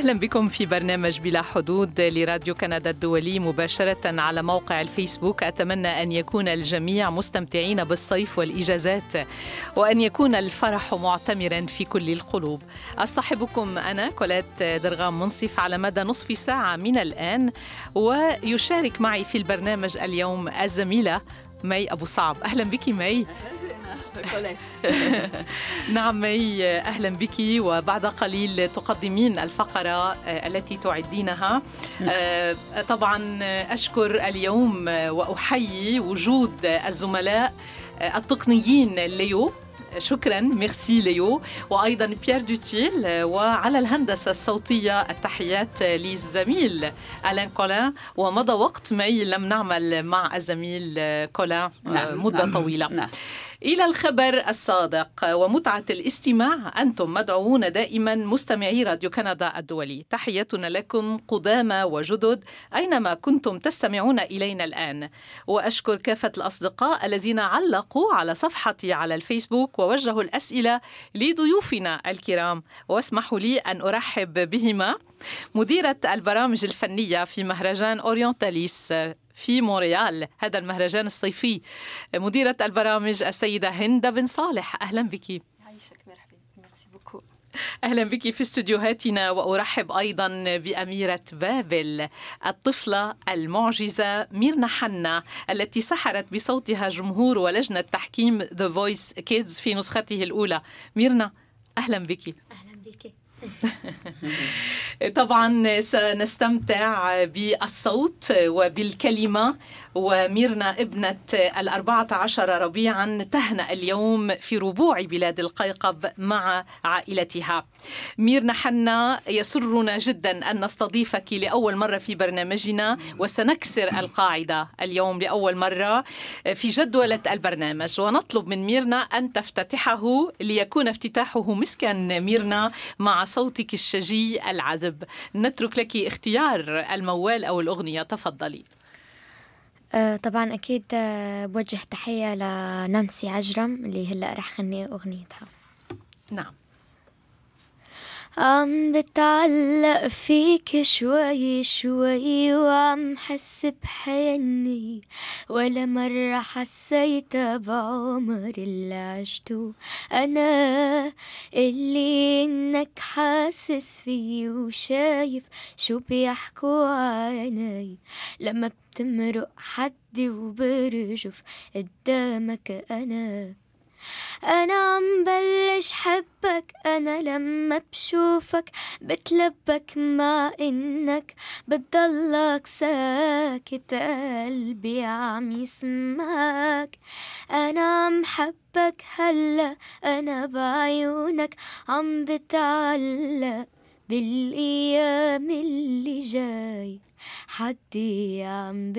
أهلا بكم في برنامج بلا حدود لراديو كندا الدولي مباشرة على موقع الفيسبوك. أتمنى أن يكون الجميع مستمتعين بالصيف والإجازات وأن يكون الفرح معتمرا في كل القلوب. أصطحبكم أنا كولات درغام منصف على مدى نصف ساعة من الآن، ويشارك معي في البرنامج اليوم الزميلة مي أبو صعب. أهلا بك مي. نعم مي، أهلا بك. وبعد قليل تقدمين الفقرة التي تعدينها. طبعا أشكر اليوم وأحيي وجود الزملاء التقنيين ليو، شكرا ميرسي ليو، وأيضا بيير دوتيل، وعلى الهندسة الصوتية التحيات للزميل ألان كولان. ومضى وقت مي لم نعمل مع الزميل كولان مدة طويلة. إلى الخبر الصادق ومتعة الاستماع، أنتم مدعوون دائما مستمعي راديو كندا الدولي. تحياتنا لكم قدامى وجدد أينما كنتم تستمعون إلينا الآن. وأشكر كافة الأصدقاء الذين علقوا على صفحتي على الفيسبوك ووجهوا الأسئلة لضيوفنا الكرام، واسمحوا لي أن أرحب بهما: مديرة البرامج الفنية في مهرجان أورينتاليس في مونريال، هذا المهرجان الصيفي، مديرة البرامج السيدة هند بن صالح. أهلا بك. عايشك، مرحبا، ميرسي بوكو. أهلا بك في استوديوهاتنا. وأرحب أيضا بأميرة بابل، الطفلة المعجزة ميرنا حنا، التي سحرت بصوتها جمهور ولجنة تحكيم The Voice Kids في نسخته الأولى. ميرنا أهلا بك. أهلا بك. طبعا سنستمتع بالصوت وبالكلمة. وميرنا ابنة 14 ربيعا تهنأ اليوم في ربوع بلاد القيقب مع عائلتها. ميرنا حنا، يسرنا جدا أن نستضيفك لأول مرة في برنامجنا، وسنكسر القاعدة اليوم لأول مرة في جدولة البرنامج، ونطلب من ميرنا أن تفتتحه ليكون افتتاحه مسكا ميرنا مع صوتك الشجي العذب. نترك لك اختيار الموال أو الأغنية، تفضلي. طبعا أكيد بوجه تحية لنانسي عجرم اللي هلأ رح غني أغنيتها. نعم. عم بتعلق فيك شوي شوي، وعم حس بحني، ولا مرة حسيت بعمر اللي عشته أنا، اللي إنك حاسس فيه وشايف شو بيحكوا عني لما بتمرق حدي وبرجف قدامك. أنا عم بلش حبك، أنا لما بشوفك بتلبك، مع إنك بتضلك ساكت، قلبي عم يسمعك. أنا عم حبك هلا، أنا بعيونك عم بتعلق، بالأيام اللي جاي حدي عم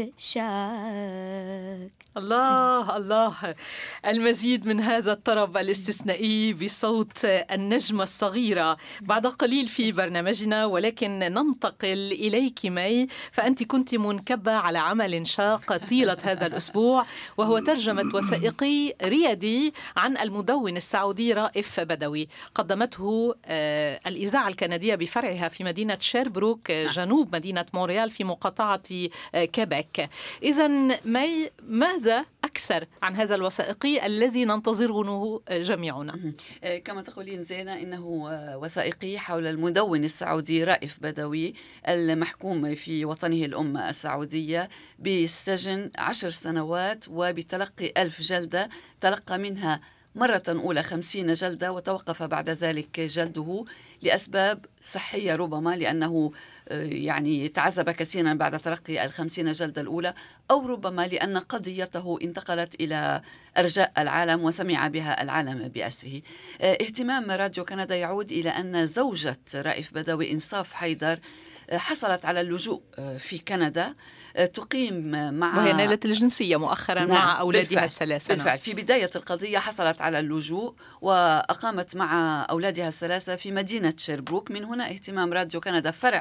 بشعك. الله الله، المزيد من هذا الطرب الاستثنائي بصوت النجمة الصغيرة بعد قليل في برنامجنا. ولكن ننتقل إليك مي، فأنت كنت منكبة على عمل شاق طيلة هذا الأسبوع، وهو ترجمة وثائقي ريادي عن المدون السعودي رائف بدوي، قدمته الإذاعة الكندية بفرعها في مدينة شيربروك جنوب مدينة مونريال في مقاطعة كيبيك. إذن مي، ماذا أكثر عن هذا الوثائقي الذي ننتظره جميعنا؟ كما تقولين زينة، إنه وثائقي حول المدون السعودي رائف بدوي المحكوم في وطنه الأم السعودية بالسجن 10 سنوات وبتلقي 1000 جلدة. تلقى منها مرة أولى 50 جلدة، وتوقف بعد ذلك جلده لأسباب صحية، ربما لأنه يعني تعذب كثيرا بعد تلقي 50 جلدة الأولى، أو ربما لأن قضيته انتقلت إلى أرجاء العالم وسمع بها العالم بأسره. اهتمام راديو كندا يعود إلى أن زوجة رائف بدوي إنصاف حيدر حصلت على اللجوء في كندا، تقيم مع، وهي نالت الجنسية مؤخرا مع أولادها الثلاثة. بالفعل في بداية القضية حصلت على اللجوء وأقامت مع أولادها الثلاثة في مدينة شيربروك. من هنا اهتمام راديو كندا فرع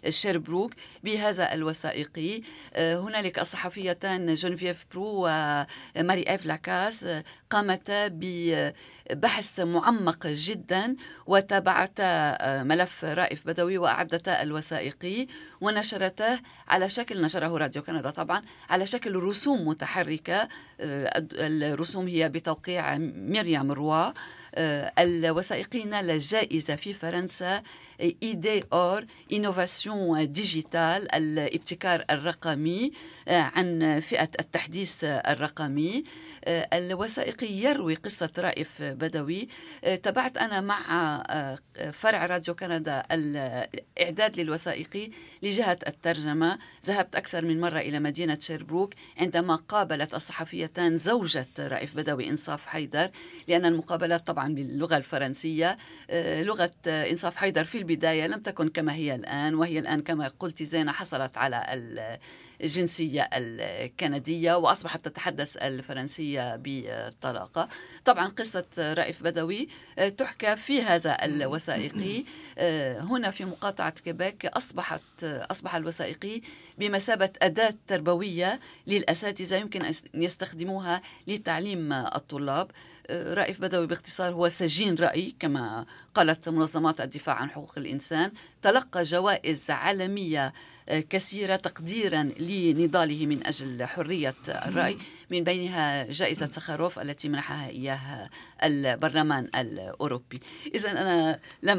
شيربروك بهذا الوثائقي. هنالك الصحفيتان جونفييف برو وماري إيف لاكاس قامتا ببحث معمق جدا وتابعتا ملف رائف بدوي وأعدتا الوثائقي ونشرته على شكل، نشره راديو كندا طبعا، على شكل رسوم متحركة. الرسوم هي بتوقيع مريم روا. الوثائقي نال جائزة في فرنسا إيدي-أور إنوفاسيون ديجيتال، الابتكار الرقمي، عن فئة التحديث الرقمي. الوثائقي يروي قصة رائف بدوي. تابعت أنا مع فرع راديو كندا الإعداد للوثائقي لجهة الترجمة. ذهبت أكثر من مرة إلى مدينة شيربروك عندما قابلت الصحفيتان زوجة رائف بدوي إنصاف حيدر، لأن المقابلات طبعا باللغة الفرنسية. لغة إنصاف حيدر في البداية لم تكن كما هي الآن، وهي الآن كما قلت زينة حصلت على الجنسية الكندية وأصبحت تتحدث الفرنسية بطلاقة. طبعا قصة رائف بدوي تحكى في هذا الوثائقي. هنا في مقاطعة كيبيك أصبح الوثائقي بمثابة أداة تربوية للأساتذة يمكن أن يستخدموها لتعليم الطلاب. رائف بدوي باختصار هو سجين رأي كما قالت منظمات الدفاع عن حقوق الإنسان. تلقى جوائز عالمية كثيرة تقديرا لنضاله من أجل حرية الرأي، من بينها جائزة سخاروف التي منحها إياها البرلمان الأوروبي. إذن أنا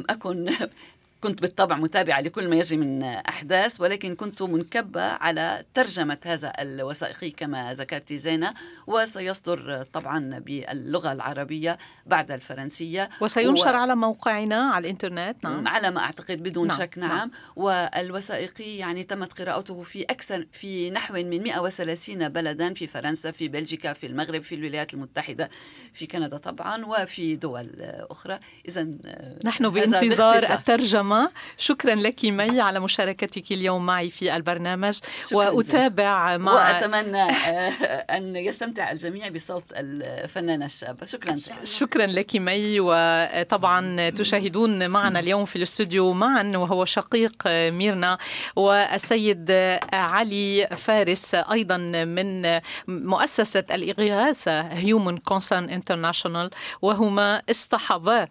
كنت بالطبع متابعة لكل ما يجري من أحداث، ولكن كنت منكبة على ترجمة هذا الوثائقي كما ذكرت زينة، وسيصدر طبعا باللغة العربية بعد الفرنسية، وسينشر على موقعنا على الإنترنت. نعم. على ما أعتقد بدون شك. نعم. والوثائقي يعني تمت قراءته في نحو من 130 بلدا، في فرنسا، في بلجيكا، في المغرب، في الولايات المتحدة، في كندا طبعا، وفي دول أخرى. إذن نحن بانتظار الترجمة. شكرا لك مي على مشاركتك اليوم معي في البرنامج، وأتابع وأتمنى أن يستمتع الجميع بصوت الفنانة الشابة. شكرا لك مي. وطبعا تشاهدون معنا اليوم في الاستوديو معا وهو شقيق ميرنا والسيد علي فارس، أيضا من مؤسسة الإغاثة Human Concern International، وهما اصطحبا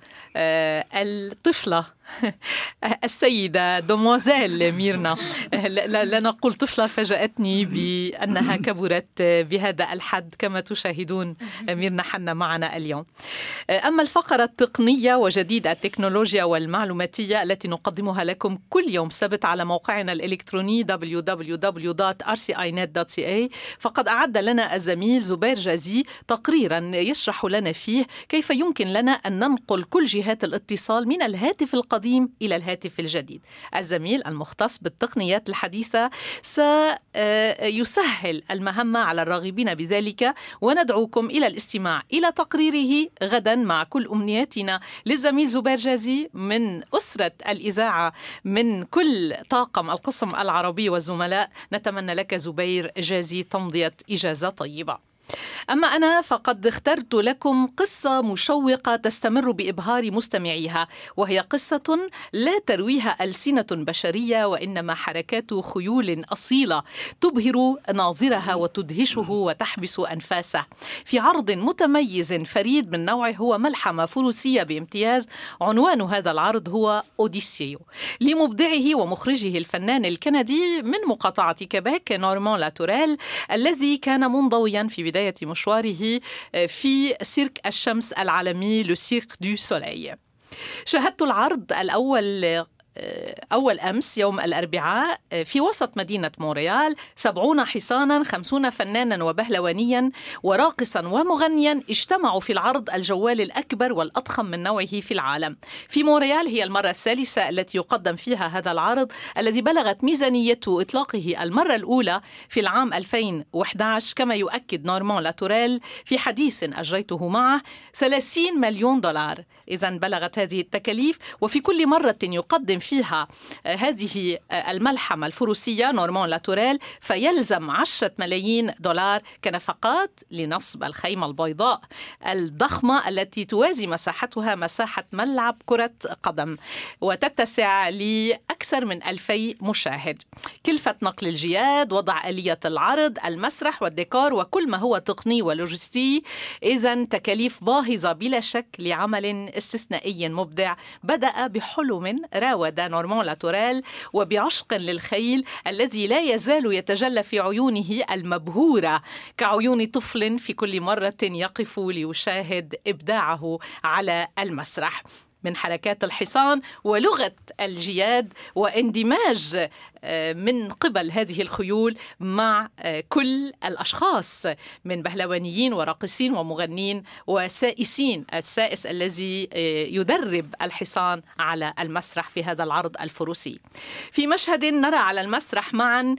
الطفلة السيدة دوموزيل ميرنا. لا نقول طفلة، فاجأتني بأنها كبرت بهذا الحد كما تشاهدون ميرنا حنا معنا اليوم. أما الفقرة التقنية وجديد التكنولوجيا والمعلوماتية التي نقدمها لكم كل يوم سبت على موقعنا الإلكتروني www.rcinet.ca، فقد أعد لنا الزميل زبير جازي تقريرا يشرح لنا فيه كيف يمكن لنا أن ننقل كل جهات الاتصال من الهاتف القديم إلى الهاتف الجديد. الزميل المختص بالتقنيات الحديثة سيسهل المهمة على الراغبين بذلك، وندعوكم إلى الاستماع إلى تقريره غدا مع كل أمنياتنا للزميل زبير جازي من أسرة الإذاعة، من كل طاقم القسم العربي والزملاء. نتمنى لك زبير جازي تمضية إجازة طيبة. أما أنا فقد اخترت لكم قصة مشوقة تستمر بإبهار مستمعيها، وهي قصة لا ترويها ألسنة بشرية، وإنما حركات خيول أصيلة تبهر ناظرها وتدهشه وتحبس أنفاسه، في عرض متميز فريد من نوعه. هو ملحمة فروسية بامتياز. عنوان هذا العرض هو أوديسيو، لمبدعه ومخرجه الفنان الكندي من مقاطعة كيبيك نورمان لاتوريل، الذي كان منضويا في بداية مشواره في سيرك الشمس العالمي لو سيرك دو سوليي. شاهدت العرض الأول أول أمس يوم الأربعاء في وسط مدينة مونريال. 70 حصانا، 50 فنانا وبهلوانيا وراقصا ومغنيا اجتمعوا في العرض الجوال الأكبر والأضخم من نوعه في العالم. في مونريال هي المرة الثالثة التي يقدم فيها هذا العرض، الذي بلغت ميزانية إطلاقه المرة الأولى في العام 2011 كما يؤكد نورمان لاتوريل في حديث أجريته معه 30 مليون دولار. إذن بلغت هذه التكاليف، وفي كل مرة يقدم فيها هذه الملحمة الفروسية نورمان لاتوريل فيلزم 10 ملايين دولار كنفقات لنصب الخيمة البيضاء الضخمة التي توازي مساحتها مساحة ملعب كرة قدم وتتسع لأكثر من 2000 مشاهد. كلفة نقل الجياد، وضع آلية العرض، المسرح والديكور وكل ما هو تقني ولوجستي. إذن تكاليف باهظة بلا شك لعمل استثنائي مبدع بدأ بحلم راود نورمان لاتوريل وبعشق للخيل الذي لا يزال يتجلى في عيونه المبهورة كعيون طفل في كل مرة يقف ليشاهد إبداعه على المسرح. من حركات الحصان ولغة الجياد واندماج من قبل هذه الخيول مع كل الأشخاص من بهلوانيين وراقصين ومغنين وسائسين، السائس الذي يدرب الحصان على المسرح في هذا العرض الفروسي. في مشهد نرى على المسرح معا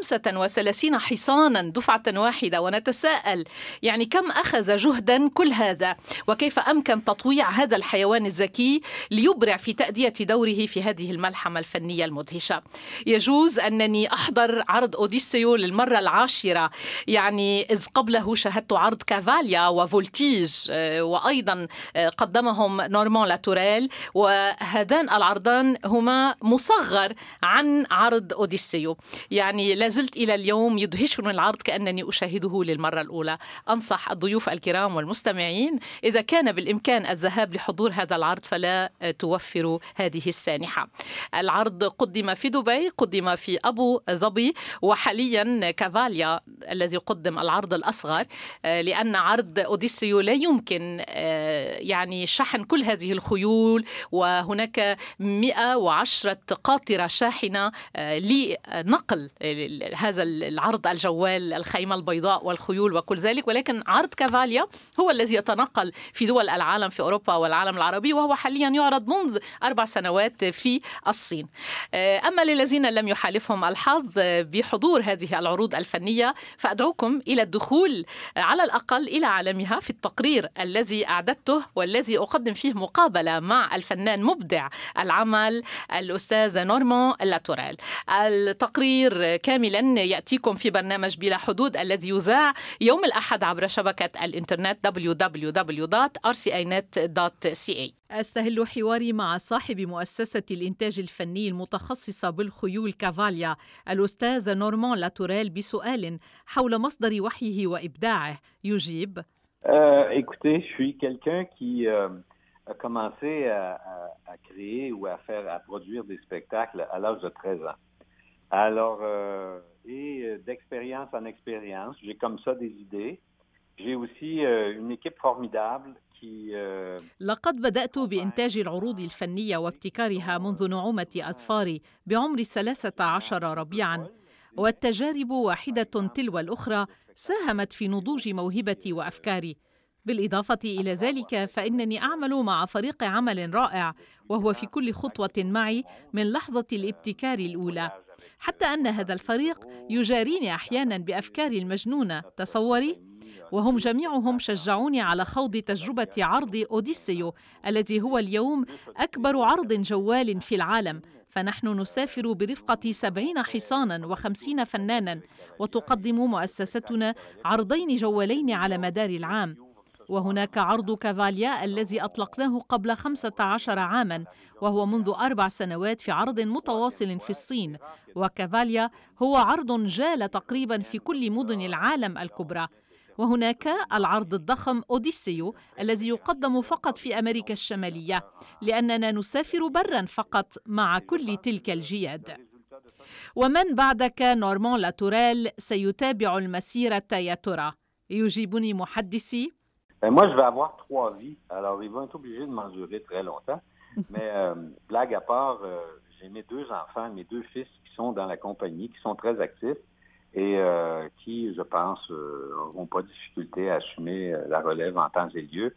35 حصانا دفعة واحدة ونتساءل يعني كم أخذ جهدا كل هذا وكيف أمكن تطويع هذا الحيوان الذكي ليبرع في تأدية دوره في هذه الملحمة الفنية المدهشة. يجوز أنني أحضر عرض أوديسيو للمرة العاشرة، يعني إذ قبله شاهدت عرض كافاليا وفولتيج وأيضا قدمهم نورمان لاتوريل، وهذان العرضان هما مصغر عن عرض أوديسيو. يعني لازلت إلى اليوم يدهشني العرض كأنني أشاهده للمرة الأولى. أنصح الضيوف الكرام والمستمعين إذا كان بالإمكان الذهاب لحضور هذا العرض فلا توفر هذه السانحة. العرض قدم في دبي، قدم في أبو ظبي، وحاليا كافاليا الذي قدم العرض الأصغر، لأن عرض أوديسيو لا يمكن يعني شحن كل هذه الخيول، وهناك 110 قاطرة شاحنة لنقل هذا العرض الجوال، الخيمة البيضاء والخيول وكل ذلك. ولكن عرض كافاليا هو الذي يتنقل في دول العالم في أوروبا والعالم العربي، وهو حاليا يعرض منذ 4 سنوات في الصين. أما للذين لم يحالفهم الحظ بحضور هذه العروض الفنية فأدعوكم إلى الدخول على الأقل إلى عالمها في التقرير الذي أعددته والذي أقدم فيه مقابلة مع الفنان مبدع العمل الأستاذ نورمان لاتوريل. التقرير كاملا يأتيكم في برنامج بلا حدود الذي يذاع يوم الأحد عبر شبكة الإنترنت www.rcinet.ca. أستهل حواري مع صاحب مؤسسة الإنتاج الفني المتخصصة بالخيول كافاليا الأستاذ نورمان لاتوريل بسؤال حول مصدر وحيه وإبداعه. يجيب: Écoutez, je suis quelqu'un qui a commencé à créer ou à produire des spectacles à l'âge de 13 ans. Alors, d'expérience en expérience, j'ai comme ça des idées. J'ai aussi une équipe formidable. لقد بدأت بإنتاج العروض الفنية وابتكارها منذ نعومة أظفاري بعمر 13 ربيعا، والتجارب واحدة تلو الأخرى ساهمت في نضوج موهبتي وأفكاري. بالإضافة إلى ذلك فإنني أعمل مع فريق عمل رائع، وهو في كل خطوة معي من لحظة الابتكار الأولى، حتى أن هذا الفريق يجاريني أحيانا بأفكاري المجنونة. تصوري، وهم جميعهم شجعوني على خوض تجربة عرض أوديسيو الذي هو اليوم أكبر عرض جوال في العالم. فنحن نسافر برفقة 70 حصانا و50 فنانا، وتقدم مؤسستنا عرضين جوالين على مدار العام. وهناك عرض كافاليا الذي أطلقناه قبل 15 عاما، وهو منذ 4 سنوات في عرض متواصل في الصين. وكافاليا هو عرض جال تقريبا في كل مدن العالم الكبرى. وهناك العرض الضخم أوديسيو الذي يقدم فقط في أمريكا الشمالية، لأننا نسافر برا فقط مع كل تلك الجياد. ومن بعدك نورمان لاتوريل سيتابع المسيرة يا ترى؟ يجيبني محدثي: Moi, je vais avoir 3 vies, alors ils vont être obligés de m'endurer très longtemps. Mais blague à part, j'ai mes 2 enfants, mes 2 fils qui sont dans la compagnie, qui sont très actifs et qui, je pense, n'auront pas de difficulté à assumer la relève en temps et lieu.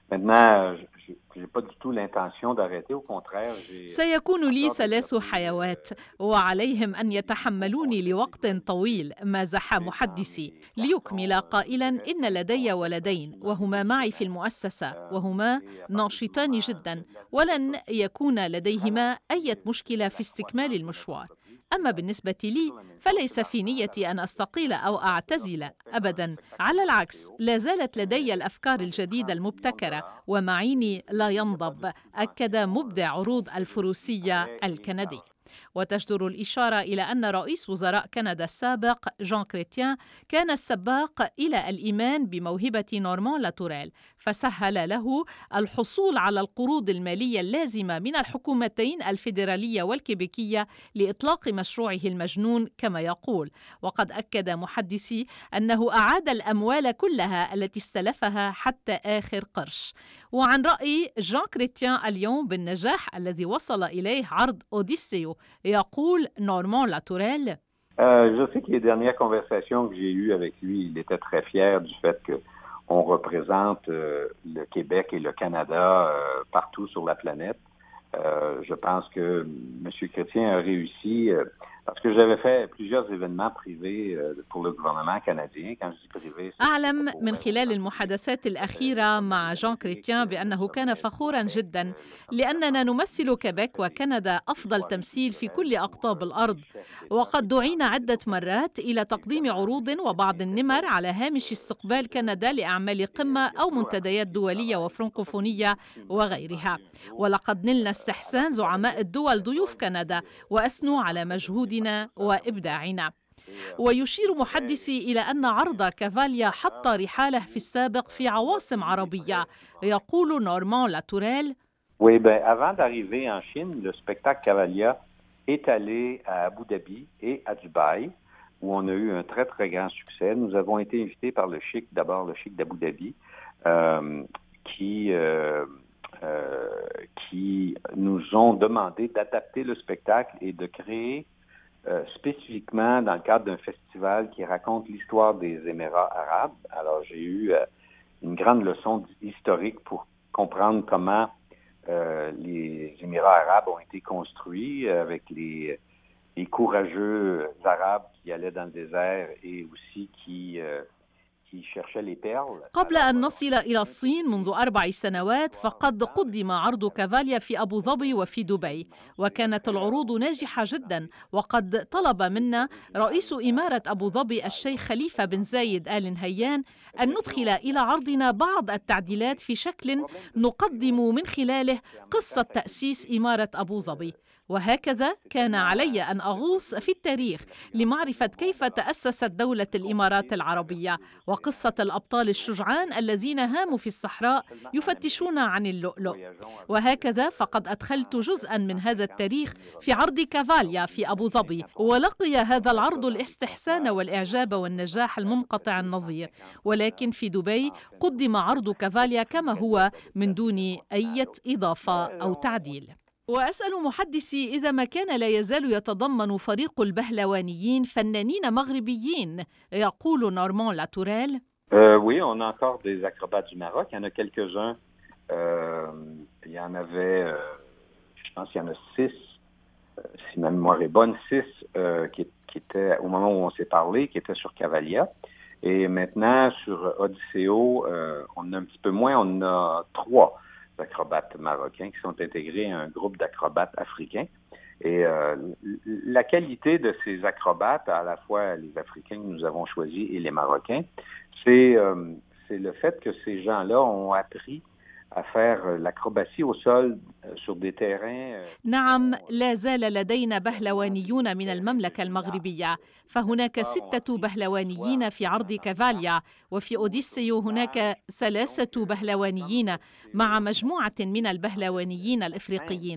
Maintenant, je n'ai pas du tout l'intention d'arrêter. Au contraire, سيكون لي 3 حيوات وعليهم أن يتحملوني لوقت طويل، مازح محدثي، ليكمل قائلا إن لدي ولدين وهما معي في المؤسسة وهما ناشطان جدا ولن يكون لديهما أي مشكلة في استكمال المشوار. أما بالنسبة لي فليس في نيتي أن أستقيل أو أعتزل أبدا، على العكس لا زالت لدي الأفكار الجديدة المبتكرة ومعيني لا ينضب، أكد مبدع عروض الفروسية الكندي. وتجدر الإشارة إلى أن رئيس وزراء كندا السابق جان كريتيان كان السباق إلى الإيمان بموهبة نورمان لاتوريل، فسهل له الحصول على القروض المالية اللازمة من الحكومتين الفيدرالية والكيبيكية لإطلاق مشروعه المجنون كما يقول. وقد أكد محدثي أنه أعاد الأموال كلها التي استلفها حتى آخر قرش. وعن رأي جان كريتيان اليوم بالنجاح الذي وصل إليه عرض أوديسيو يقول نورمان لاتوريل: Je sais que les dernières conversations que j'ai eues avec lui, il était très fier du fait qu'on représente le Québec et le Canada partout sur la planète. Je pense que M. Chrétien a réussi parce que j'avais fait plusieurs événements privés pour le gouvernement canadien. Quand je dis privé, أعلم من خلال المحادثات الأخيرة مع جان كريتيان بأنه كان فخورا جدا لأننا نمثل كيبيك وكندا أفضل تمثيل في كل أقطاب الأرض، وقد دعينا عدة مرات إلى تقديم عروض وبعض النمر على هامش استقبال كندا لأعمال قمة أو منتديات دولية وفرنكوفونية وغيرها، ولقد نلنا استحسان زعماء الدول ضيوف كندا وأثنوا على مجهودنا وإبداعنا. ويشير محدثي إلى أن عرض كافاليا حط رحاله في السابق في عواصم عربية. يقول نورمان لاتوريل: Oui, avant d'arriver en Chine, le spectacle Cavalia est allé à Abu Dhabi et à Dubaï, où on a eu un très, très grand succès. Nous avons été invités par le Cheikh d'Abu Dhabi, qui nous ont demandé d'adapter le spectacle et de créer spécifiquement dans le cadre d'un festival qui raconte l'histoire des Émirats arabes. Alors, j'ai eu une grande leçon historique pour comprendre comment les Émirats arabes ont été construits avec les courageux arabes qui allaient dans le désert et aussi qui قبل أن نصل إلى الصين منذ 4 سنوات فقد قدم عرض كافاليا في أبو ظبي وفي دبي، وكانت العروض ناجحة جدا، وقد طلب منا رئيس إمارة أبو ظبي الشيخ خليفة بن زايد آل نهيان أن ندخل إلى عرضنا بعض التعديلات في شكل نقدم من خلاله قصة تأسيس إمارة أبو ظبي. وهكذا كان علي أن أغوص في التاريخ لمعرفة كيف تأسست دولة الإمارات العربية وقصة الأبطال الشجعان الذين هاموا في الصحراء يفتشون عن اللؤلؤ. وهكذا فقد أدخلت جزءا من هذا التاريخ في عرض كافاليا في أبو ظبي، ولقي هذا العرض الاستحسان والإعجاب والنجاح المنقطع النظير. ولكن في دبي قدم عرض كافاليا كما هو من دون أي إضافة أو تعديل. وأسأل محدثي إذا ما كان لا يزال يتضمن فريق البهلوانيين فنانين مغربيين. يقول نورمان لاتوريل: Oui, on a encore des acrobates du Maroc. Il y en a quelques-uns. Il y en avait, je pense qu'il y en a 6, si ma mémoire est bonne, 6 qui étaient, au moment où on s'est parlé, qui étaient sur Cavalia. Et maintenant, sur Odysseo, on a un petit peu moins, on a 3 acrobates marocains qui sont intégrés à un groupe d'acrobates africains. Et la qualité de ces acrobates, à la fois les Africains que nous avons choisis et les Marocains, c'est le fait que ces gens-là ont appris à faire l'acrobatie au sol sur des terrains. نعم، لا زال لدينا بهلوانيون من المملكة المغربية، فهناك 6 بهلوانيين في عرض كافاليا، وفي أوديسيو هناك 3 بهلوانيين مع مجموعة من البهلوانيين الإفريقيين.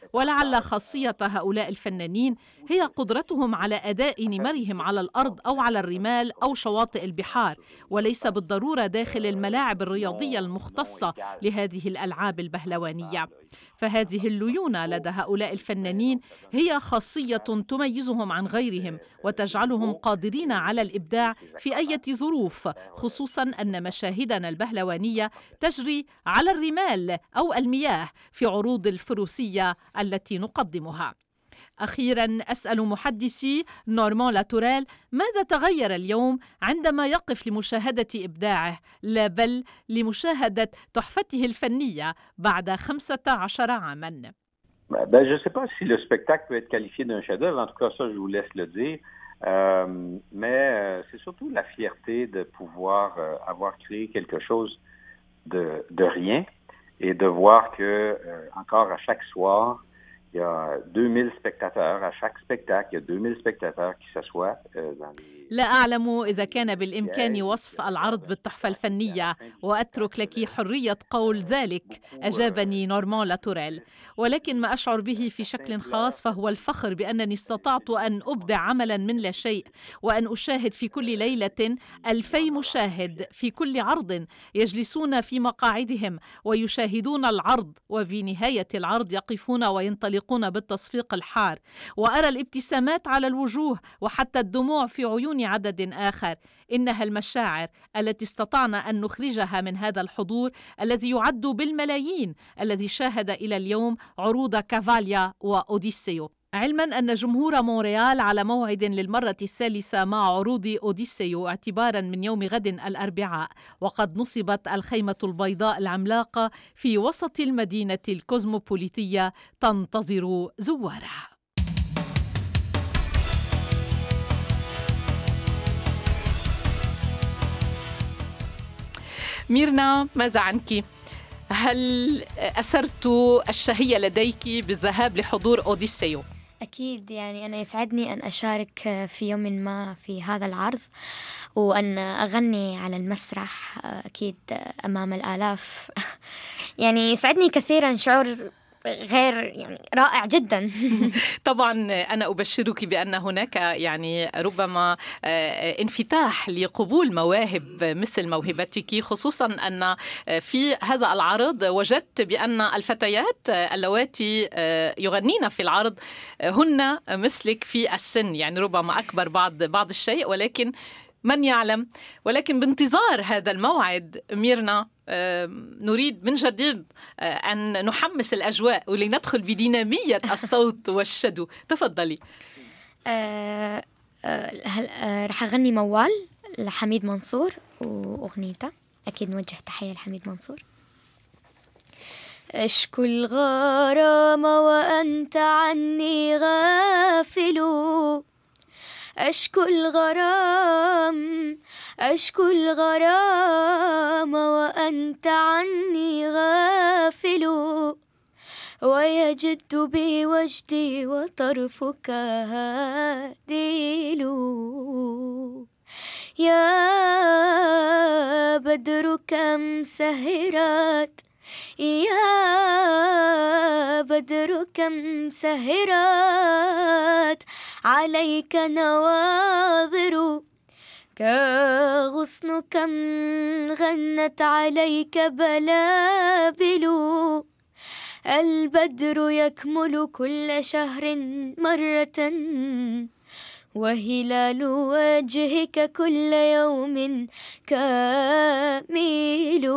ولعل خاصية هؤلاء الفنانين هي قدرتهم على أداء نمرهم على الأرض أو على الرمال أو شواطئ البحار، وليس بالضرورة داخل الملاعب الرياضية المختصة لهذه الألعاب البهلوانية. فهذه الليونة لدى هؤلاء الفنانين هي خاصية تميزهم عن غيرهم وتجعلهم قادرين على الإبداع في أي ظروف، خصوصا أن مشاهدنا البهلوانية تجري على الرمال أو المياه في عروض الفروسية التي نقدمها. أخيرا أسأل محدثي نورمان لاتوريل ماذا تغير اليوم عندما يقف لمشاهدة إبداعه لا بل لمشاهدة تحفته الفنية بعد 15 عاما؟ Je ne sais pas si le spectacle peut être qualifié d'un chef-d'œuvre, en tout cas ça je vous laisse le dire, mais c'est surtout la fierté de pouvoir avoir créé quelque chose de rien et de voir que encore à chaque soir, il y a 2000 spectateurs. À chaque spectacle, il y a 2000 spectateurs qui s'assoient dans les... لا أعلم إذا كان بالإمكان وصف العرض بالتحفة الفنية، وأترك لك حرية قول ذلك، أجابني نورمان لاتوريل. ولكن ما أشعر به في شكل خاص فهو الفخر بأنني استطعت أن أبدع عملا من لا شيء، وأن أشاهد في كل ليلة 2000 مشاهد في كل عرض يجلسون في مقاعدهم ويشاهدون العرض، وفي نهاية العرض يقفون وينطلقون بالتصفيق الحار، وأرى الابتسامات على الوجوه وحتى الدموع في عيون عدد آخر. إنها المشاعر التي استطعنا أن نخرجها من هذا الحضور الذي يعد بالملايين، الذي شاهد إلى اليوم عروض كافاليا وأوديسيو. علما أن جمهور مونريال على موعد للمرة الثالثة مع عروض أوديسيو اعتبارا من يوم غد الأربعاء، وقد نصبت الخيمة البيضاء العملاقة في وسط المدينة الكوزموبوليتية تنتظر زوارها. ميرنا، ماذا عنك؟ هل أسرت الشهية لديك بالذهاب لحضور أوديسيو؟ أكيد، يعني أنا يسعدني أن أشارك في يوم ما في هذا العرض وأن أغني على المسرح أكيد أمام الآلاف. يعني يسعدني كثيرا، شعور غير يعني رائع جدا. طبعا أنا أبشرك بأن هناك يعني ربما انفتاح لقبول مواهب مثل موهبتك، خصوصا أن في هذا العرض وجدت بأن الفتيات اللواتي يغنين في العرض هن مثلك في السن، يعني ربما أكبر بعض الشيء، ولكن من يعلم. ولكن بانتظار هذا الموعد ميرنا نريد من جديد أن نحمس الأجواء ولندخل بدينامية الصوت والشدو. تفضلي. رح أغني موال لحميد منصور وأغنيته، أكيد نوجه تحية لحميد منصور. أشكو الغرام وأنت عني غافل، أشكو الغرام أشكو الغرام وأنت عني غافل، ويجد بي وجدي وطرفك هادل. يا بدر كم سهرت، يا بدر كم سهرت عليك نواظر، كغصن كم غنت عليك بلابل. البدر يكمل كل شهر مرة، وهلال وجهك كل يوم كامل.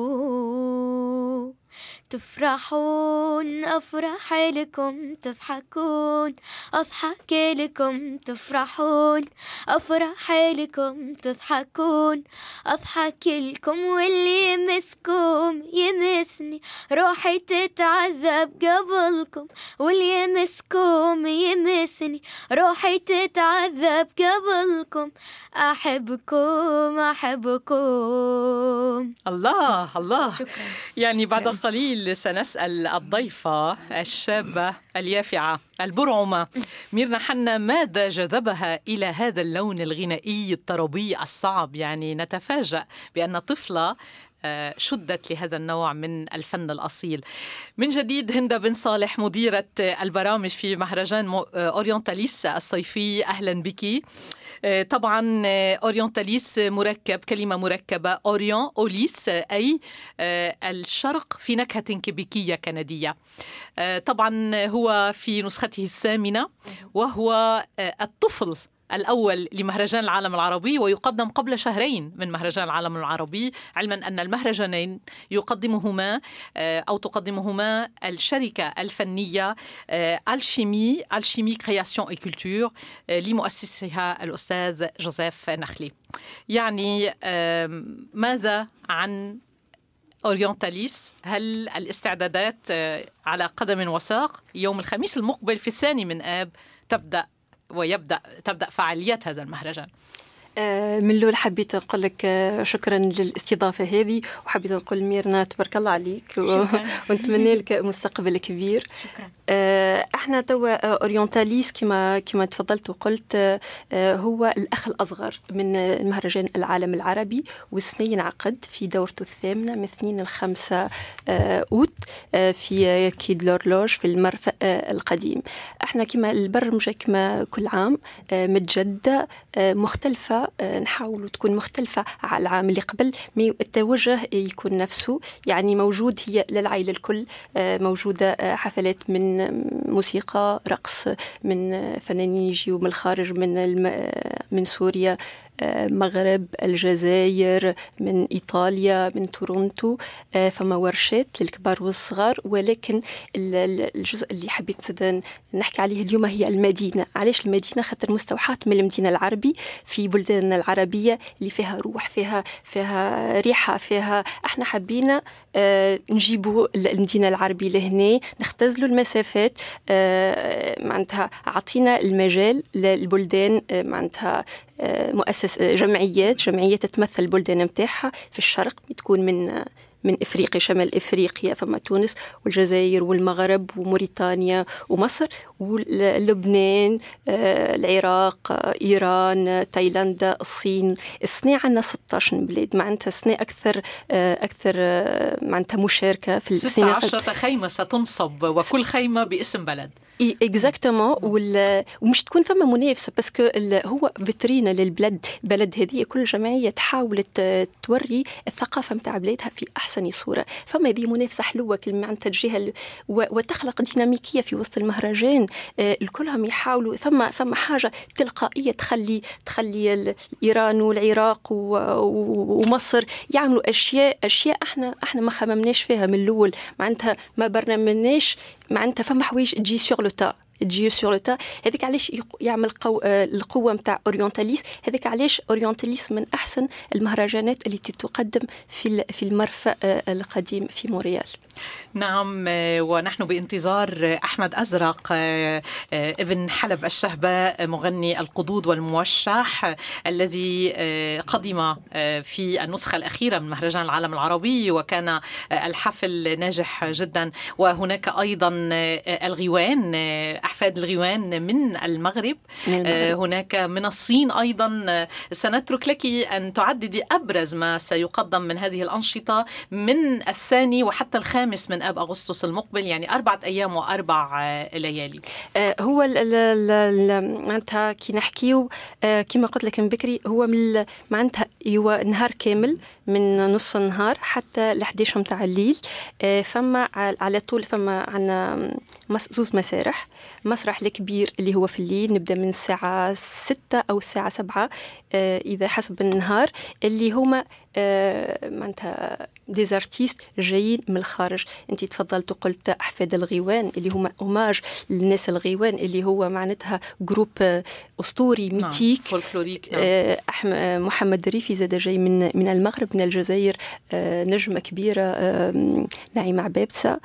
تفرحون أفرح لكم، تضحكون أضحك لكم، تفرحون أفرح لكم، تضحكون أضحك لكم. واللي يمسكم يمسني، روحي تتعذب قبلكم. واللي يمسكم يمسني، روحي تتعذب قبلكم. أحبكم أحبكم. الله الله، شكرا. يعني بعد قليل سنسأل الضيفة الشابة اليافعة البرعمة ميرنا حنا ماذا جذبها إلى هذا اللون الغنائي الطربي الصعب. يعني نتفاجأ بأن طفلة شدت لهذا النوع من الفن الأصيل. من جديد هند بن صالح مديرة البرامج في مهرجان أورينتاليس الصيفي، أهلا بك. طبعا أورينتاليس مركب، كلمة مركبة، أوريون أوليس، أي الشرق في نكهة كيبيكية كندية. طبعا هو في نسخته الثامنة، وهو الطفل الأول لمهرجان العالم العربي، ويقدم قبل شهرين من مهرجان العالم العربي، علما أن المهرجانين يقدمهما أو تقدمهما الشركة الفنية ألشيمي كرياسيون اي كولتور لمؤسسها الأستاذ جوزيف نخلي. يعني ماذا عن أورينتاليس؟ هل الاستعدادات على قدم وساق؟ يوم الخميس المقبل في 2 من آب تبدأ فعاليات هذا المهرجان. من الأول حبيت نقول لك شكرا للاستضافة هذه، وحبيت نقول ميرنا تبارك الله عليك ونتمنى لك مستقبل كبير. شكرا. احنا توا أورينتاليس كما تفضلت وقلت هو الأخ الأصغر من مهرجان العالم العربي، والسنة ينعقد في دورته الثامنة من 2 ل 5 أوت في كيد لورلوج في المرفأ القديم. احنا كما البرمجة كما كل عام متجدة مختلفة، نحاول تكون مختلفة على العام اللي قبل، ما التوجه يكون نفسه، يعني موجود هي للعائلة الكل، موجودة حفلات من موسيقى، رقص، من فنانين يجيوا من الخارج، من سوريا، مغرب، الجزائر، من إيطاليا، من تورونتو، فما ورشات للكبار والصغار. ولكن الجزء اللي حبيت نحكي عليه اليوم هي المدينة. علاش المدينة؟ خاطر مستوحاة من المدينة العربي في بلداننا العربية اللي فيها روح، فيها ريحة، احنا حبينا نجيبوا المدينة العربي لهنا، نختزلوا المسافات، معناتها عطينا المجال للبلدان، معناتها مؤسس جمعيات تتمثل البلدان متاعها في الشرق، تكون من إفريقيا، شمال إفريقيا، فما تونس والجزائر والمغرب وموريتانيا ومصر ولبنان، العراق، إيران، تايلاندا، الصين. السنة عندنا 16 بلاد، معناتها السنة أكثر معناتها مشاركة في 16 خيمة ستنصب، وكل خيمة باسم بلد. اكزاكتومون. ومش تكون فما منافسه، باسكو هو فيترينا للبلد. بلد هذه كل جمعيه تحاول توري الثقافه نتاع بلادها في احسن صوره، فما هذه منافسه حلوه معناتها تجيها وتخلق ديناميكيه في وسط المهرجان. الكلهم يحاولوا، فما حاجه تلقائيه تخلي ايران والعراق ومصر يعملوا اشياء احنا ما خممناش فيها من الاول، معناتها ما برنامجناش، معناتها فما حوايج تجي سور لو تا. هذيك علاش يعمل القوه نتاع أورينتاليس. هذيك علاش أورينتاليس من احسن المهرجانات اللي تقدم في المرفأ القديم في مونريال. نعم، ونحن بانتظار أحمد أزرق ابن حلب الشهباء، مغني القدود والموشح، الذي قدم في النسخة الأخيرة من مهرجان العالم العربي، وكان الحفل ناجح جدا. وهناك أيضا الغيوان، أحفاد الغيوان من المغرب، هناك من الصين أيضا. سنترك لك أن تعددي أبرز ما سيقدم من هذه الأنشطة من 2 وحتى 5 من آب أغسطس المقبل، يعني 4 أيام و4 ليالي. هو معناتها كي نحكيو كما قلت لك من بكري، هو من معناتها هو نهار كامل من نص النهار حتى ل11 متاع الليل. فما على طول فما عنا زوز مسرح الكبير اللي هو في الليل، نبدأ من الساعة 6 أو الساعة 7 إذا حسب النهار، اللي هما معناتها ديزارتيست جايين من الخارج. انت تفضلت وقلت احفاد الغيوان اللي هما اوماج للناس الغيوان، اللي هو معناتها جروب اسطوري ميتيك فولكلوريك. محمد الريفي زاد جاي من المغرب، من الجزائر، نجمه كبيره نعيمه عبابسه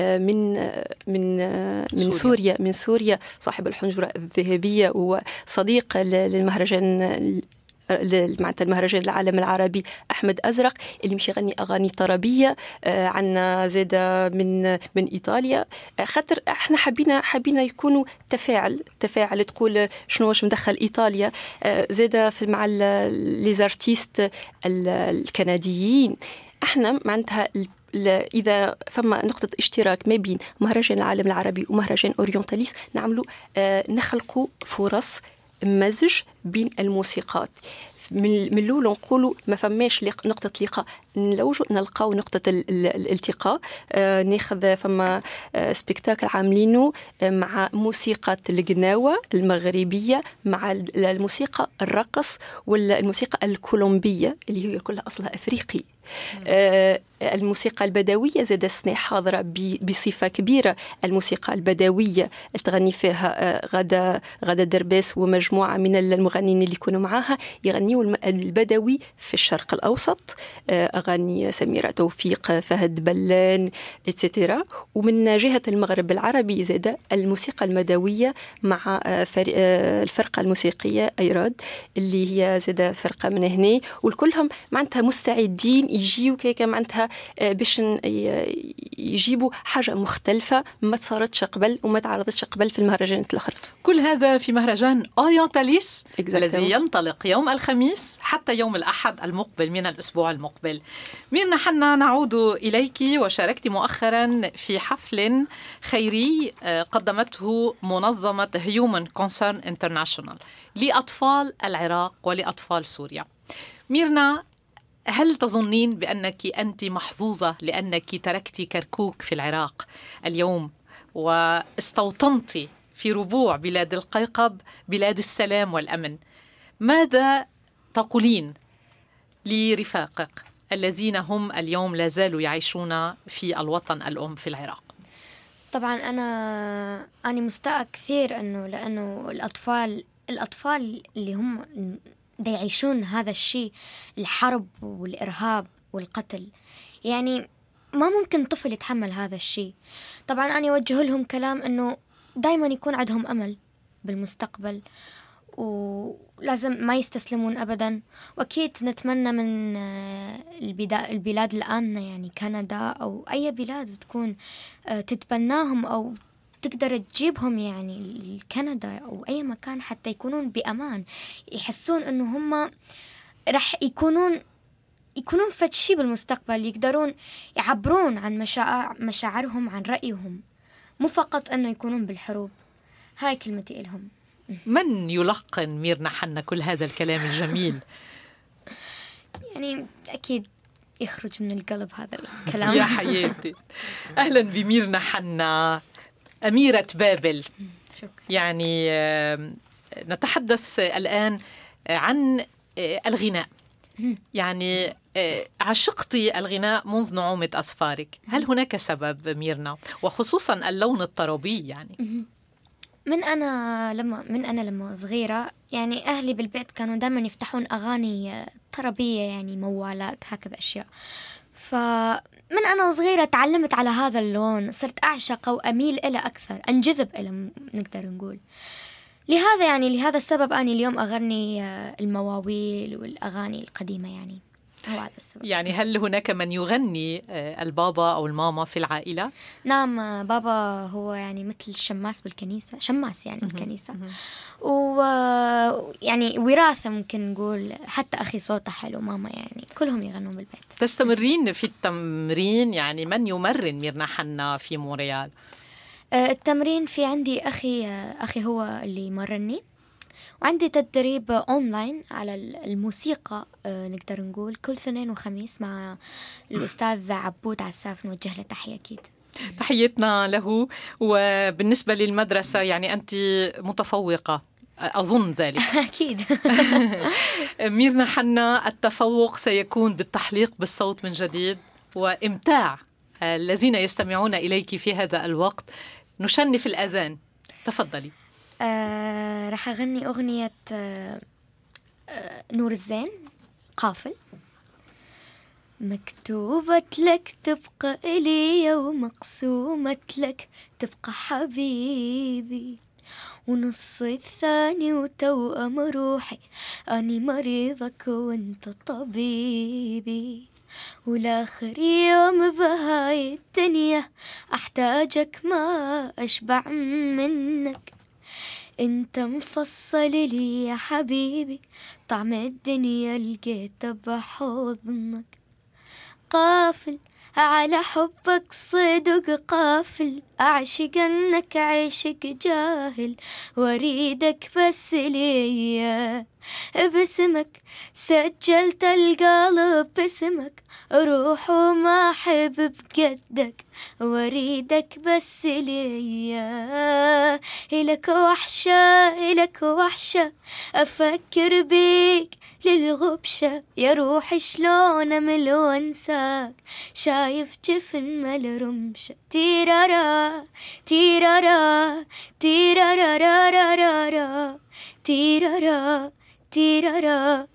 من سوريا صاحب الحنجره الذهبيه وصديق للمهرجان معناتها المهرجان العالم العربي أحمد أزرق، اللي مش يغني أغاني طربية. عنا زادة من إيطاليا، خاطر احنا حبينا يكونوا تفاعل تقول شنو واش مدخل إيطاليا. زادة مع ليزارتيست الكنديين، احنا معناتها إذا فما نقطة اشتراك ما بين مهرجان العالم العربي ومهرجان أورينتاليس نعملوا نخلقوا فرص مزج بين الموسيقات. من الأول نقولوا ما فماش نقطة لقاء، نلقاو نقطة الالتقاء. ناخذ فما سبيكتاكل عاملينه مع موسيقى القناوة المغربية مع الموسيقى الرقص والموسيقى الكولومبية اللي هي كلها أصلها أفريقي. الموسيقى البدوية زاد السنة حاضرة بصفة كبيرة. الموسيقى البدوية تغني فيها غدا درباس ومجموعة من المغنيين اللي يكونوا معاها يغنيوا البدوي في الشرق الأوسط، أغاني سميرة توفيق، فهد بلان إتسترا. ومن جهة المغرب العربي زاد الموسيقى المدوية مع الفرقة الموسيقية أيراد اللي هي زاد فرقة من هنا، والكلهم معناتها مستعدين يجيوا كيكا معناتها باش يجيبوا حاجة مختلفة ما صارتش قبل وما تعرضتش قبل في المهرجانات الأخرى. كل هذا في مهرجان أورينتاليس الذي ينطلق يوم الخميس حتى يوم الأحد المقبل من الأسبوع المقبل. ميرنا حنا، نعود إليك. وشاركت مؤخرا في حفل خيري قدمته منظمة هيومن كونسيرن انترناشونال لأطفال العراق ولأطفال سوريا. ميرنا، هل تظنين بأنك أنت محظوظة لأنك تركت كركوك في العراق اليوم واستوطنت في ربوع بلاد القيقب بلاد السلام والأمن؟ ماذا تقولين لرفاقك الذين هم اليوم لا زالوا يعيشون في الوطن الأم في العراق؟ طبعا أنا مستاءة كثير لأنه الأطفال اللي هم دا يعيشون هذا الشيء، الحرب والإرهاب والقتل، يعني ما ممكن طفل يتحمل هذا الشيء. طبعا أنا أوجه لهم كلام أنه دايما يكون عندهم أمل بالمستقبل ولازم ما يستسلمون أبدا. وأكيد نتمنى من البلاد الآمنة يعني كندا أو أي بلاد تكون تتبناهم أو تقدر تجيبهم يعني لكندا أو أي مكان حتى يكونون بأمان، يحسون أنه هم رح يكونون فتشي بالمستقبل، يقدرون يعبرون عن مشاعرهم، عن رأيهم، مو فقط أنه يكونون بالحروب. هاي كلمتي إلهم. من يلقن ميرنا حنا كل هذا الكلام الجميل؟ يعني أكيد يخرج من القلب هذا الكلام. يا حياتي، أهلا بميرنا حنا، أميرة بابل. شكرا. يعني نتحدث الآن عن الغناء. يعني عشقتي الغناء منذ نعومة أظفارك، هل هناك سبب ميرنا، وخصوصا اللون الطربي؟ يعني من أنا لما صغيرة يعني أهلي بالبيت كانوا دائما يفتحون أغاني طربية، يعني موالات هكذا أشياء. فمن أنا صغيرة تعلمت على هذا اللون، صرت أعشقه وأميل إلى أكثر، أنجذب إلى، نقدر نقول. لهذا السبب أنا اليوم أغني المواويل والأغاني القديمة، يعني هو هذا السبب. يعني هل هناك من يغني، البابا أو الماما في العائلة؟ نعم، بابا هو يعني مثل الشماس بالكنيسة، شماس يعني بالكنيسة، ويعني وراثة ممكن نقول. حتى أخي صوته حلو، ماما يعني كلهم يغنون بالبيت. تستمرين في التمرين؟ يعني من يمرن ميرنا حنا في مونريال؟ التمرين في عندي أخي هو اللي مرني، وعندي تدريب أونلاين على الموسيقى، نقدر نقول كل اثنين وخميس مع الأستاذ عبود عساف، نوجه له تحية أكيد. تحيتنا له. وبالنسبة للمدرسة يعني أنت متفوقة، أظن ذلك. أكيد. ميرنا حنا، التفوق سيكون بالتحليق بالصوت من جديد وإمتاع الذين يستمعون إليك في هذا الوقت. نشنف الأذان، تفضلي. رح أغني أغنية نور الزين، قافل. مكتوبة لك تبقى إلي ومقسومة لك تبقى حبيبي، ونص الثاني وتوأم روحي، أني مريضك وانت طبيبي، والآخر يوم بهاي الدنيا أحتاجك ما أشبع منك، انت مفصل لي يا حبيبي، طعم الدنيا لقيته بحضنك، قافل على حبك صدق قافل، أعشق أنك عيشك جاهل، وأريدك بس ليا باسمك، سجلت القلب باسمك، روح وما أحب بقدك، وأريدك بس ليا. إلك وحشة إلك وحشة أفكر بيك للغبشة، يا روحي شلون أمل وانساك، شايف جفن مل رمشة. تيرارا تيرارا تيرارا تيرارا تيرارا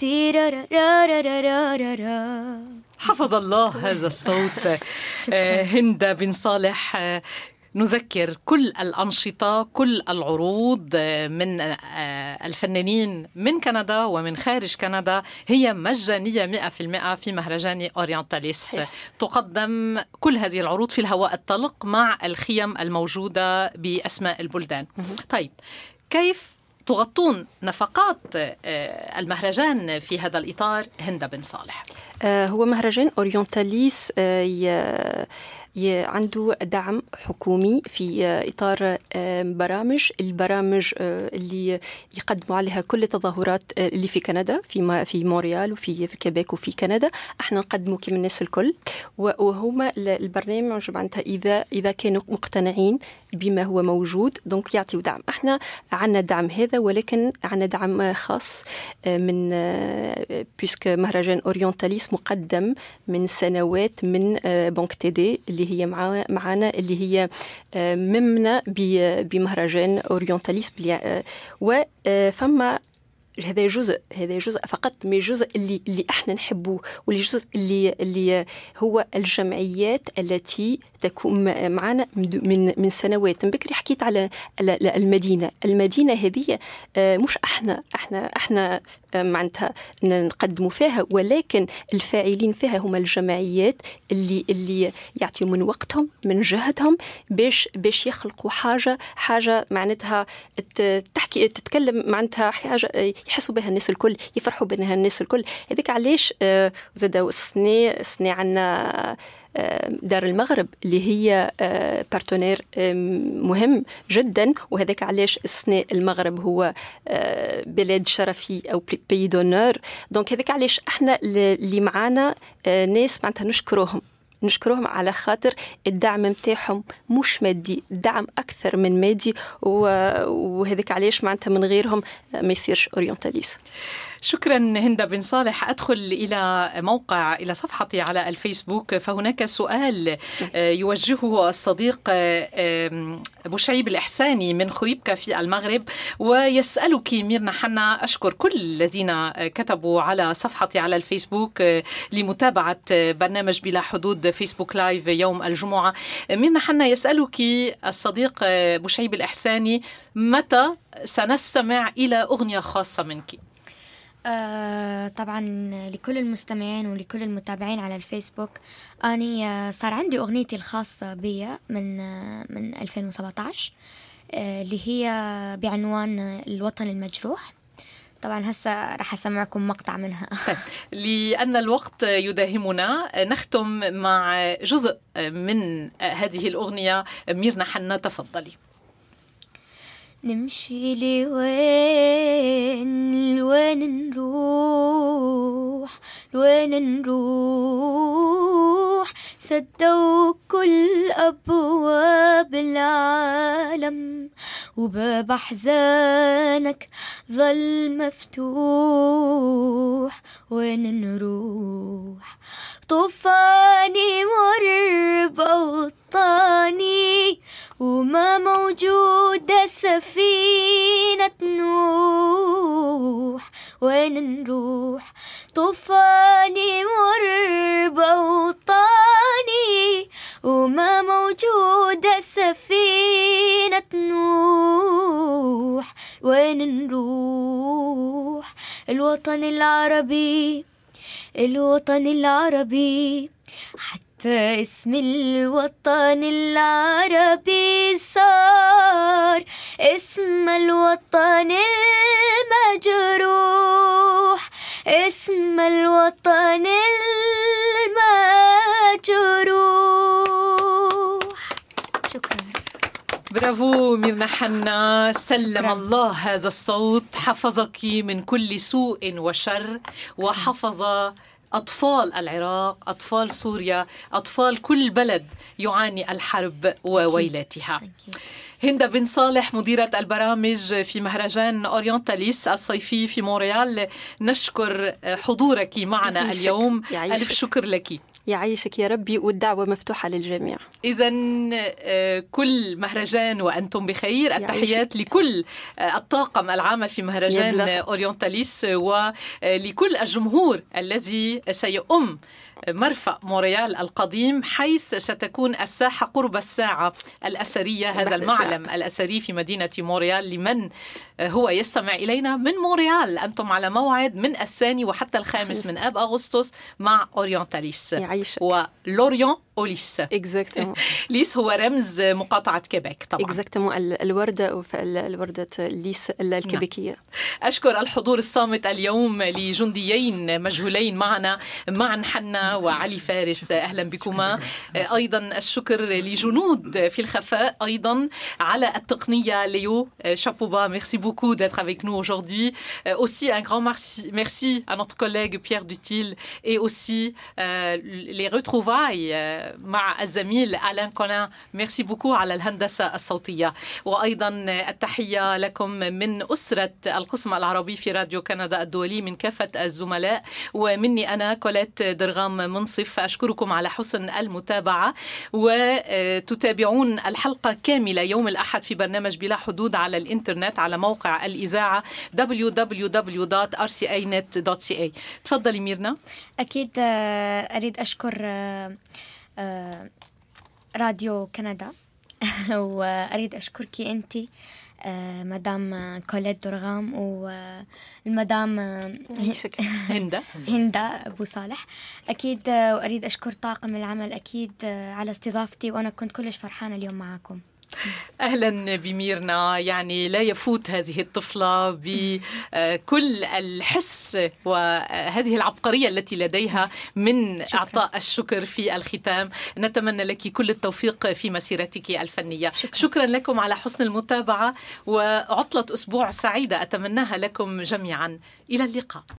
تيرارا. حفظ الله هذا الصوت. هند بن صالح، نذكر كل الأنشطة كل العروض من الفنانين من كندا ومن خارج كندا هي مجانية 100% في مهرجان أورينتاليس. تقدم كل هذه العروض في الهواء الطلق مع الخيم الموجودة بأسماء البلدان. طيب، كيف تغطون نفقات المهرجان في هذا الإطار هند بن صالح؟ هو مهرجان أورينتاليس عنده دعم حكومي في إطار البرامج اللي يقدموا عليها كل التظاهرات اللي في كندا، في مونريال وفي كيبيك وفي كندا. احنا نقدموا كم الناس الكل، وهما البرنامج معناتها إذا كانوا مقتنعين بما هو موجود دونك يعطيوا دعم. احنا عنا دعم هذا، ولكن عنا دعم خاص من بيسك مهرجان أورينتاليس مقدم من سنوات من بنك تيدي اللي هي معانا، اللي هي ممنة بمهرجان أورينتاليس. وفما هذا جزء فقط من جزء اللي احنا نحبه، واللي جزء اللي هو الجمعيات التي تكون معنا من سنوات. من بكري حكيت على المدينة هذه، مش احنا معناتها نقدموا فيها، ولكن الفاعلين فيها هم الجمعيات اللي يعطيوا من وقتهم من جهدهم باش يخلقوا حاجة معناتها تتكلم معناتها حاجة يحسوا بها الناس الكل، يفرحوا بها الناس الكل. هذيك علاش زاد السنة عنا دار المغرب اللي هي بارتنير مهم جدا، وهذاك علاش السنة المغرب هو بلاد شرفي أو بي دونور. دونك هذاك علاش احنا اللي معانا ناس معناتها نشكرهم على خاطر الدعم متاعهم مش مادي، الدعم أكثر من مادي، وهذاك علاش معناتها من غيرهم ما يصيرش أورينتاليس. شكرا هند بن صالح. أدخل إلى صفحتي على الفيسبوك، فهناك سؤال يوجهه الصديق بوشعيب الإحساني من خريبكا في المغرب، ويسألك ميرنا حنا. أشكر كل الذين كتبوا على صفحتي على الفيسبوك لمتابعة برنامج بلا حدود فيسبوك لايف يوم الجمعة. ميرنا حنا يسألك الصديق بوشعيب الإحساني: متى سنستمع إلى أغنية خاصة منك؟ طبعا لكل المستمعين ولكل المتابعين على الفيسبوك، أنا صار عندي أغنيتي الخاصة بي من 2017 اللي هي بعنوان الوطن المجروح. طبعا هسه راح أسمعكم مقطع منها. لأن الوقت يداهمنا، نختم مع جزء من هذه الأغنية. ميرنا حنا، تفضلي. نمشي لوين نروح سدوا كل أبواب العالم، وباب أحزانك ظل مفتوح. وين نروح؟ طوفاني مر بأوطاني، وما موجودة سفينة نوح. وين نروح؟ طوفاني مر بأوطاني، وما موجودة سفينة نوح. وين نروح؟ الوطن العربي حتى اسم الوطن العربي صار اسم الوطن المجروح، اسم الوطن المجروح. جروح. شكرا. برافو ميرنا حنا، سلم الله هذا الصوت، حفظك من كل سوء وشر، وحفظ أطفال العراق، أطفال سوريا، أطفال كل بلد يعاني الحرب وويلاتها. هند بن صالح مديرة البرامج في مهرجان أورينتاليس الصيفي في مونريال، نشكر حضورك معنا اليوم. ألف شكر لك. يعيشك يا ربي، والدعوة مفتوحة للجميع. إذن كل مهرجان وأنتم بخير. التحيات لكل الطاقم العامل في مهرجان أورينتاليس، ولكل الجمهور الذي سيؤم مرفأ مونريال القديم، حيث ستكون الساحة قرب الساعة الأثرية، هذا المعلم الأثري في مدينة مونريال. لمن هو يستمع إلينا من مونريال، أنتم على موعد من 2 وحتى 5 من آب أغسطس مع أورينتاليس ولوريون أوليس. ليس هو رمز مقاطعة كيبيك طبعا. الوردة ليس الكيبيكية. أشكر الحضور الصامت اليوم لجنديين مجهولين معنا، معا حنا وعلي فارس، أهلا بكما. أيضا الشكر لجنود في الخفاء أيضا على التقنية، ليو شابوبا، merci beaucoup d'être avec nous aujourd'hui. Aussi un grand merci à notre collègue Pierre Dutil, et aussi les retrouvailles مع الزميل ألان كولان. ميرسي بوكو على الهندسة الصوتية. وأيضا التحية لكم من أسرة القسم العربي في راديو كندا الدولي، من كافة الزملاء، ومني أنا كولات درغام منصف. أشكركم على حسن المتابعة، وتتابعون الحلقة كاملة يوم الأحد في برنامج بلا حدود على الإنترنت على موقع الإذاعة www.rcinet.ca. تفضلي ميرنا. أكيد أريد أشكر راديو كندا وأريد أشكرك أنت مدام كوليت درغام والمدام هند أبو صالح. أكيد وأريد أشكر طاقم العمل أكيد على استضافتي، وأنا كنت كلش فرحانة اليوم معكم. أهلا بميرنا، يعني لا يفوت هذه الطفلة بكل الحس وهذه العبقرية التي لديها من إعطاء الشكر في الختام. نتمنى لك كل التوفيق في مسيرتك الفنية. شكرا لكم على حسن المتابعة، وعطلة أسبوع سعيدة أتمناها لكم جميعا. إلى اللقاء.